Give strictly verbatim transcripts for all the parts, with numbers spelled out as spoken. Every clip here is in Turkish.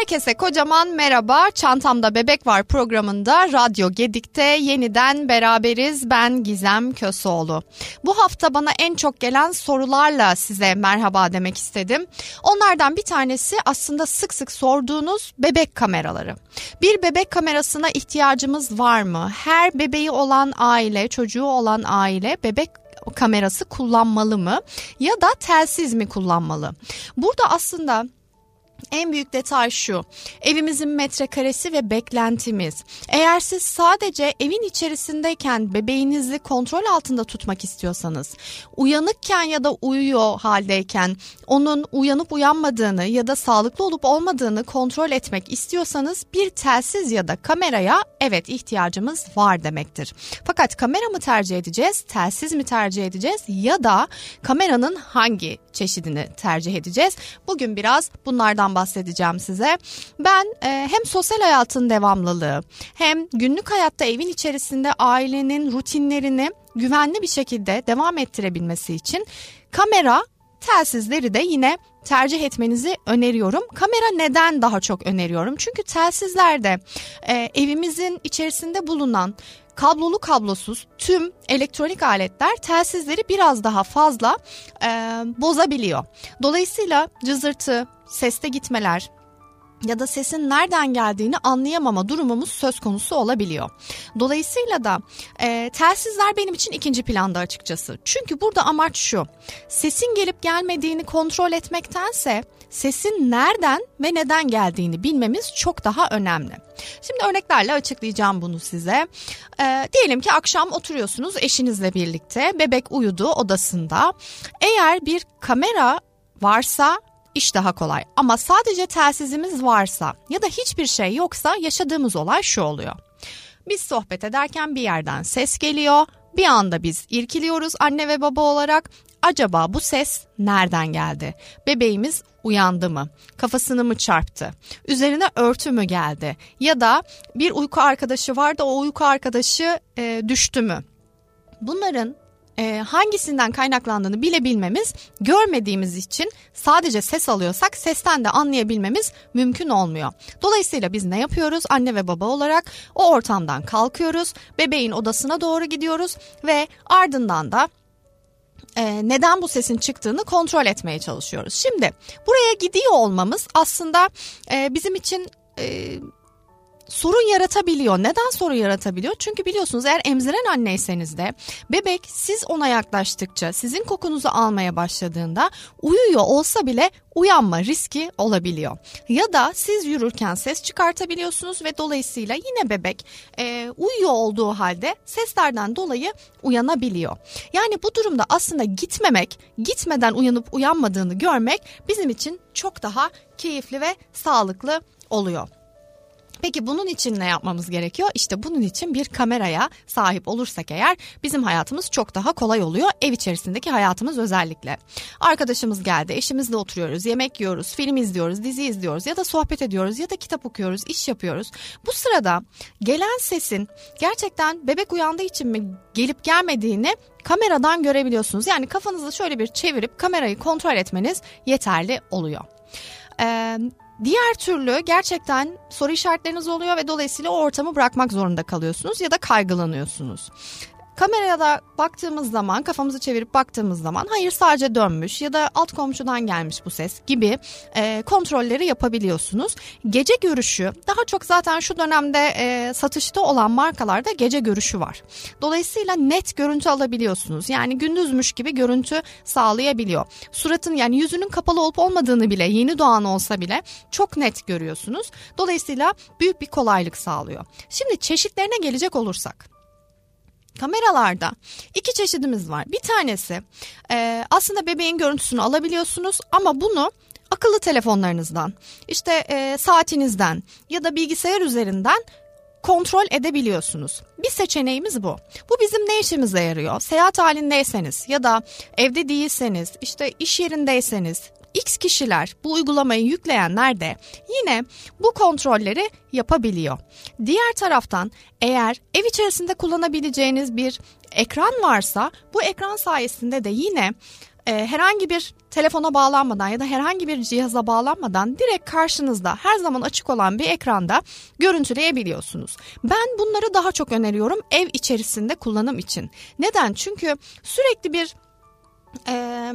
Herkese kocaman merhaba. Çantamda Bebek Var programında Radyo Gedik'te yeniden beraberiz. Ben Gizem Köseoğlu. Bu hafta bana en çok gelen sorularla size merhaba demek istedim. Onlardan bir tanesi aslında sık sık sorduğunuz bebek kameraları. Bir bebek kamerasına ihtiyacımız var mı? Her bebeği olan aile, çocuğu olan aile bebek kamerası kullanmalı mı? Ya da telsiz mi kullanmalı? Burada aslında en büyük detay şu: evimizin metrekaresi ve beklentimiz. Eğer siz sadece evin içerisindeyken bebeğinizi kontrol altında tutmak istiyorsanız, uyanıkken ya da uyuyor haldeyken onun uyanıp uyanmadığını ya da sağlıklı olup olmadığını kontrol etmek istiyorsanız bir telsiz ya da kameraya evet ihtiyacımız var demektir. Fakat kamera mı tercih edeceğiz, telsiz mi tercih edeceğiz ya da kameranın hangi çeşidini tercih edeceğiz? Bugün biraz bunlardan bahsedeceğim size. Ben e, hem sosyal hayatın devamlılığı hem günlük hayatta evin içerisinde ailenin rutinlerini güvenli bir şekilde devam ettirebilmesi için kamera, telsizleri de yine tercih etmenizi öneriyorum. Kamera neden daha çok öneriyorum? Çünkü telsizlerde e, evimizin içerisinde bulunan kablolu kablosuz tüm elektronik aletler telsizleri biraz daha fazla e, bozabiliyor. Dolayısıyla cızırtı, seste gitmeler ya da sesin nereden geldiğini anlayamama durumumuz söz konusu olabiliyor. Dolayısıyla da e, telsizler benim için ikinci planda açıkçası. Çünkü burada amaç şu: sesin gelip gelmediğini kontrol etmektense sesin nereden ve neden geldiğini bilmemiz çok daha önemli. Şimdi örneklerle açıklayacağım bunu size. Ee, diyelim ki akşam oturuyorsunuz eşinizle birlikte, bebek uyudu odasında. Eğer bir kamera varsa iş daha kolay, ama sadece telsizimiz varsa ya da hiçbir şey yoksa yaşadığımız olay şu oluyor: biz sohbet ederken bir yerden ses geliyor, bir anda biz irkiliyoruz anne ve baba olarak. Acaba bu ses nereden geldi? Bebeğimiz uyandı mı? Kafasını mı çarptı? Üzerine örtü mü geldi? Ya da bir uyku arkadaşı vardı, o uyku arkadaşı e, düştü mü? Bunların e, hangisinden kaynaklandığını bilebilmemiz, görmediğimiz için sadece ses alıyorsak sesten de anlayabilmemiz mümkün olmuyor. Dolayısıyla biz ne yapıyoruz? Anne ve baba olarak o ortamdan kalkıyoruz, bebeğin odasına doğru gidiyoruz ve ardından da Ee, neden bu sesin çıktığını kontrol etmeye çalışıyoruz. Şimdi buraya gidiyor olmamız aslında e, bizim için e, sorun yaratabiliyor. Neden sorun yaratabiliyor? Çünkü biliyorsunuz, eğer emziren anneyseniz de bebek siz ona yaklaştıkça, sizin kokunuzu almaya başladığında uyuyor olsa bile uyanma riski olabiliyor. Ya da siz yürürken ses çıkartabiliyorsunuz ve dolayısıyla yine bebek e, uyuyor olduğu halde seslerden dolayı uyanabiliyor. Yani bu durumda aslında gitmemek, gitmeden uyanıp uyanmadığını görmek bizim için çok daha keyifli ve sağlıklı oluyor. Peki bunun için ne yapmamız gerekiyor? İşte bunun için bir kameraya sahip olursak eğer bizim hayatımız çok daha kolay oluyor. Ev içerisindeki hayatımız özellikle. Arkadaşımız geldi, eşimizle oturuyoruz, yemek yiyoruz, film izliyoruz, dizi izliyoruz ya da sohbet ediyoruz ya da kitap okuyoruz, iş yapıyoruz. Bu sırada gelen sesin gerçekten bebek uyandığı için mi gelip gelmediğini kameradan görebiliyorsunuz. Yani kafanızı şöyle bir çevirip kamerayı kontrol etmeniz yeterli oluyor. Ee, Diğer türlü gerçekten soru işaretleriniz oluyor ve dolayısıyla o ortamı bırakmak zorunda kalıyorsunuz ya da kaygılanıyorsunuz. Kameraya da baktığımız zaman, kafamızı çevirip baktığımız zaman hayır sadece dönmüş ya da alt komşudan gelmiş bu ses gibi e, kontrolleri yapabiliyorsunuz. Gece görüşü daha çok zaten şu dönemde e, satışta olan markalarda gece görüşü var. Dolayısıyla net görüntü alabiliyorsunuz. Yani gündüzmüş gibi görüntü sağlayabiliyor. Suratın, yani yüzünün kapalı olup olmadığını bile, yeni doğan olsa bile çok net görüyorsunuz. Dolayısıyla büyük bir kolaylık sağlıyor. Şimdi çeşitlerine gelecek olursak, kameralarda iki çeşidimiz var. Bir tanesi e, aslında bebeğin görüntüsünü alabiliyorsunuz ama bunu akıllı telefonlarınızdan, işte e, saatinizden ya da bilgisayar üzerinden kontrol edebiliyorsunuz. Bir seçeneğimiz bu. Bu bizim ne işimize yarıyor? Seyahat halindeyseniz ya da evde değilseniz, işte iş yerindeyseniz, X kişiler, bu uygulamayı yükleyenler de yine bu kontrolleri yapabiliyor. Diğer taraftan eğer ev içerisinde kullanabileceğiniz bir ekran varsa bu ekran sayesinde de yine e, herhangi bir telefona bağlanmadan ya da herhangi bir cihaza bağlanmadan direkt karşınızda her zaman açık olan bir ekranda görüntüleyebiliyorsunuz. Ben bunları daha çok öneriyorum ev içerisinde kullanım için. Neden? Çünkü sürekli bir e,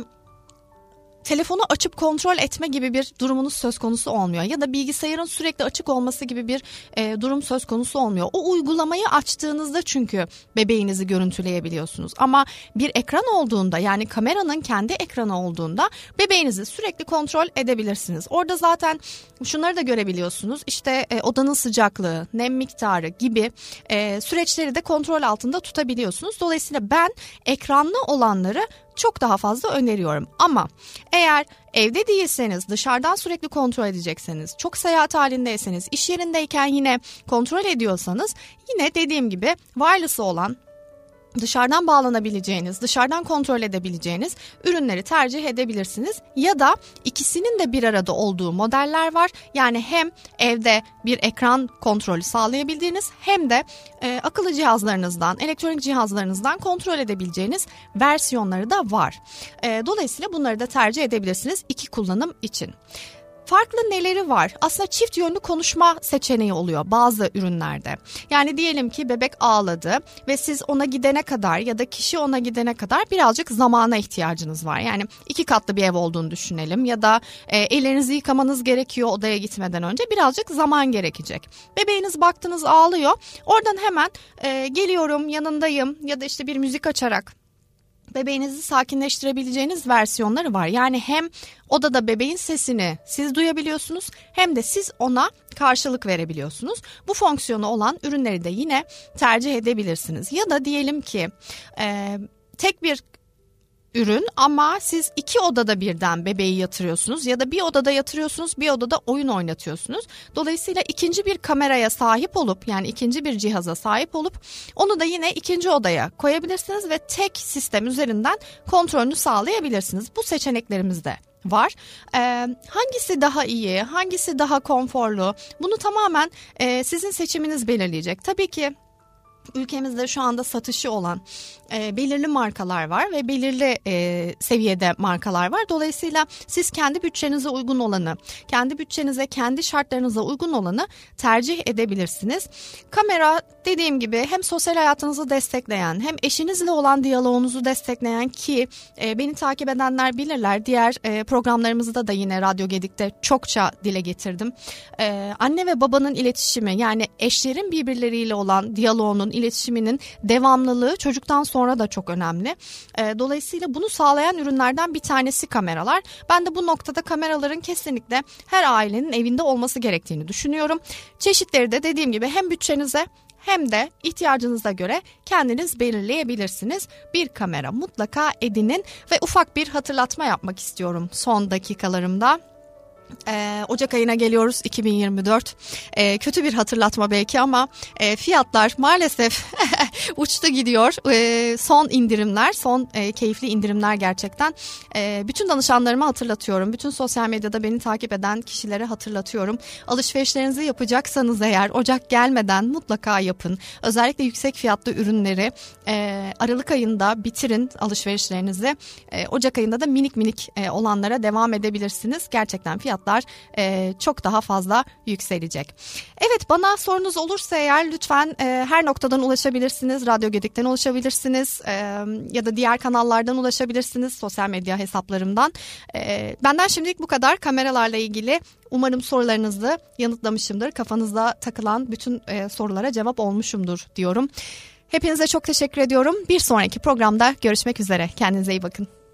telefonu açıp kontrol etme gibi bir durumunuz söz konusu olmuyor. Ya da bilgisayarın sürekli açık olması gibi bir e, durum söz konusu olmuyor. O uygulamayı açtığınızda çünkü bebeğinizi görüntüleyebiliyorsunuz. Ama bir ekran olduğunda, yani kameranın kendi ekranı olduğunda bebeğinizi sürekli kontrol edebilirsiniz. Orada zaten şunları da görebiliyorsunuz. İşte e, odanın sıcaklığı, nem miktarı gibi e, süreçleri de kontrol altında tutabiliyorsunuz. Dolayısıyla ben ekranlı olanları çok daha fazla öneriyorum. Ama eğer evde değilseniz, dışarıdan sürekli kontrol edecekseniz, çok seyahat halindeyseniz, iş yerindeyken yine kontrol ediyorsanız, yine dediğim gibi wireless'ı olan, dışarıdan bağlanabileceğiniz, dışarıdan kontrol edebileceğiniz ürünleri tercih edebilirsiniz. Ya da ikisinin de bir arada olduğu modeller var. Yani hem evde bir ekran kontrolü sağlayabildiğiniz hem de e, akıllı cihazlarınızdan, elektronik cihazlarınızdan kontrol edebileceğiniz versiyonları da var. E, dolayısıyla bunları da tercih edebilirsiniz iki kullanım için. Farklı neleri var? Aslında çift yönlü konuşma seçeneği oluyor bazı ürünlerde. Yani diyelim ki bebek ağladı ve siz ona gidene kadar ya da kişi ona gidene kadar birazcık zamana ihtiyacınız var. Yani iki katlı bir ev olduğunu düşünelim ya da e, ellerinizi yıkamanız gerekiyor odaya gitmeden önce, birazcık zaman gerekecek. Bebeğiniz baktınız ağlıyor, oradan hemen e, geliyorum, yanındayım ya da işte bir müzik açarak bebeğinizi sakinleştirebileceğiniz versiyonları var. Yani hem odada bebeğin sesini siz duyabiliyorsunuz hem de siz ona karşılık verebiliyorsunuz. Bu fonksiyonu olan ürünleri de yine tercih edebilirsiniz. Ya da diyelim ki e, tek bir ürün ama siz iki odada birden bebeği yatırıyorsunuz ya da bir odada yatırıyorsunuz, bir odada oyun oynatıyorsunuz. Dolayısıyla ikinci bir kameraya sahip olup, yani ikinci bir cihaza sahip olup onu da yine ikinci odaya koyabilirsiniz ve tek sistem üzerinden kontrolünü sağlayabilirsiniz. Bu seçeneklerimiz de var. Ee, hangisi daha iyi, hangisi daha konforlu? Bunu tamamen e, sizin seçiminiz belirleyecek. Tabii ki ülkemizde şu anda satışı olan e, belirli markalar var ve belirli e, seviyede markalar var. Dolayısıyla siz kendi bütçenize uygun olanı, kendi bütçenize, kendi şartlarınıza uygun olanı tercih edebilirsiniz. Kamera, dediğim gibi, hem sosyal hayatınızı destekleyen hem eşinizle olan diyaloğunuzu destekleyen, ki e, beni takip edenler bilirler. Diğer e, programlarımızda da yine Radyo Gedik'te çokça dile getirdim. E, anne ve babanın iletişimi, yani eşlerin birbirleriyle olan diyaloğunun, iletişiminin devamlılığı çocuktan sonra da çok önemli. E, dolayısıyla bunu sağlayan ürünlerden bir tanesi kameralar. Ben de bu noktada kameraların kesinlikle her ailenin evinde olması gerektiğini düşünüyorum. Çeşitleri de dediğim gibi hem bütçenize hem de ihtiyacınıza göre kendiniz belirleyebilirsiniz. Bir kamera mutlaka edinin ve ufak bir hatırlatma yapmak istiyorum son dakikalarımda. Ee, Ocak ayına geliyoruz, iki bin yirmi dört. Ee, kötü bir hatırlatma belki ama e, fiyatlar maalesef uçtu gidiyor. Ee, son indirimler, son e, keyifli indirimler gerçekten. E, bütün danışanlarıma hatırlatıyorum. Bütün sosyal medyada beni takip eden kişilere hatırlatıyorum. Alışverişlerinizi yapacaksanız eğer Ocak gelmeden mutlaka yapın. Özellikle yüksek fiyatlı ürünleri e, Aralık ayında bitirin alışverişlerinizi. E, Ocak ayında da minik minik e, olanlara devam edebilirsiniz. Gerçekten fiyat Fiyatlar e, çok daha fazla yükselecek. Evet, bana sorunuz olursa eğer lütfen e, her noktadan ulaşabilirsiniz. Radyo Gedik'ten ulaşabilirsiniz e, ya da diğer kanallardan ulaşabilirsiniz, sosyal medya hesaplarımdan. E, benden şimdilik bu kadar. Kameralarla ilgili umarım sorularınızı yanıtlamışımdır. Kafanızda takılan bütün e, sorulara cevap olmuşumdur diyorum. Hepinize çok teşekkür ediyorum. Bir sonraki programda görüşmek üzere. Kendinize iyi bakın.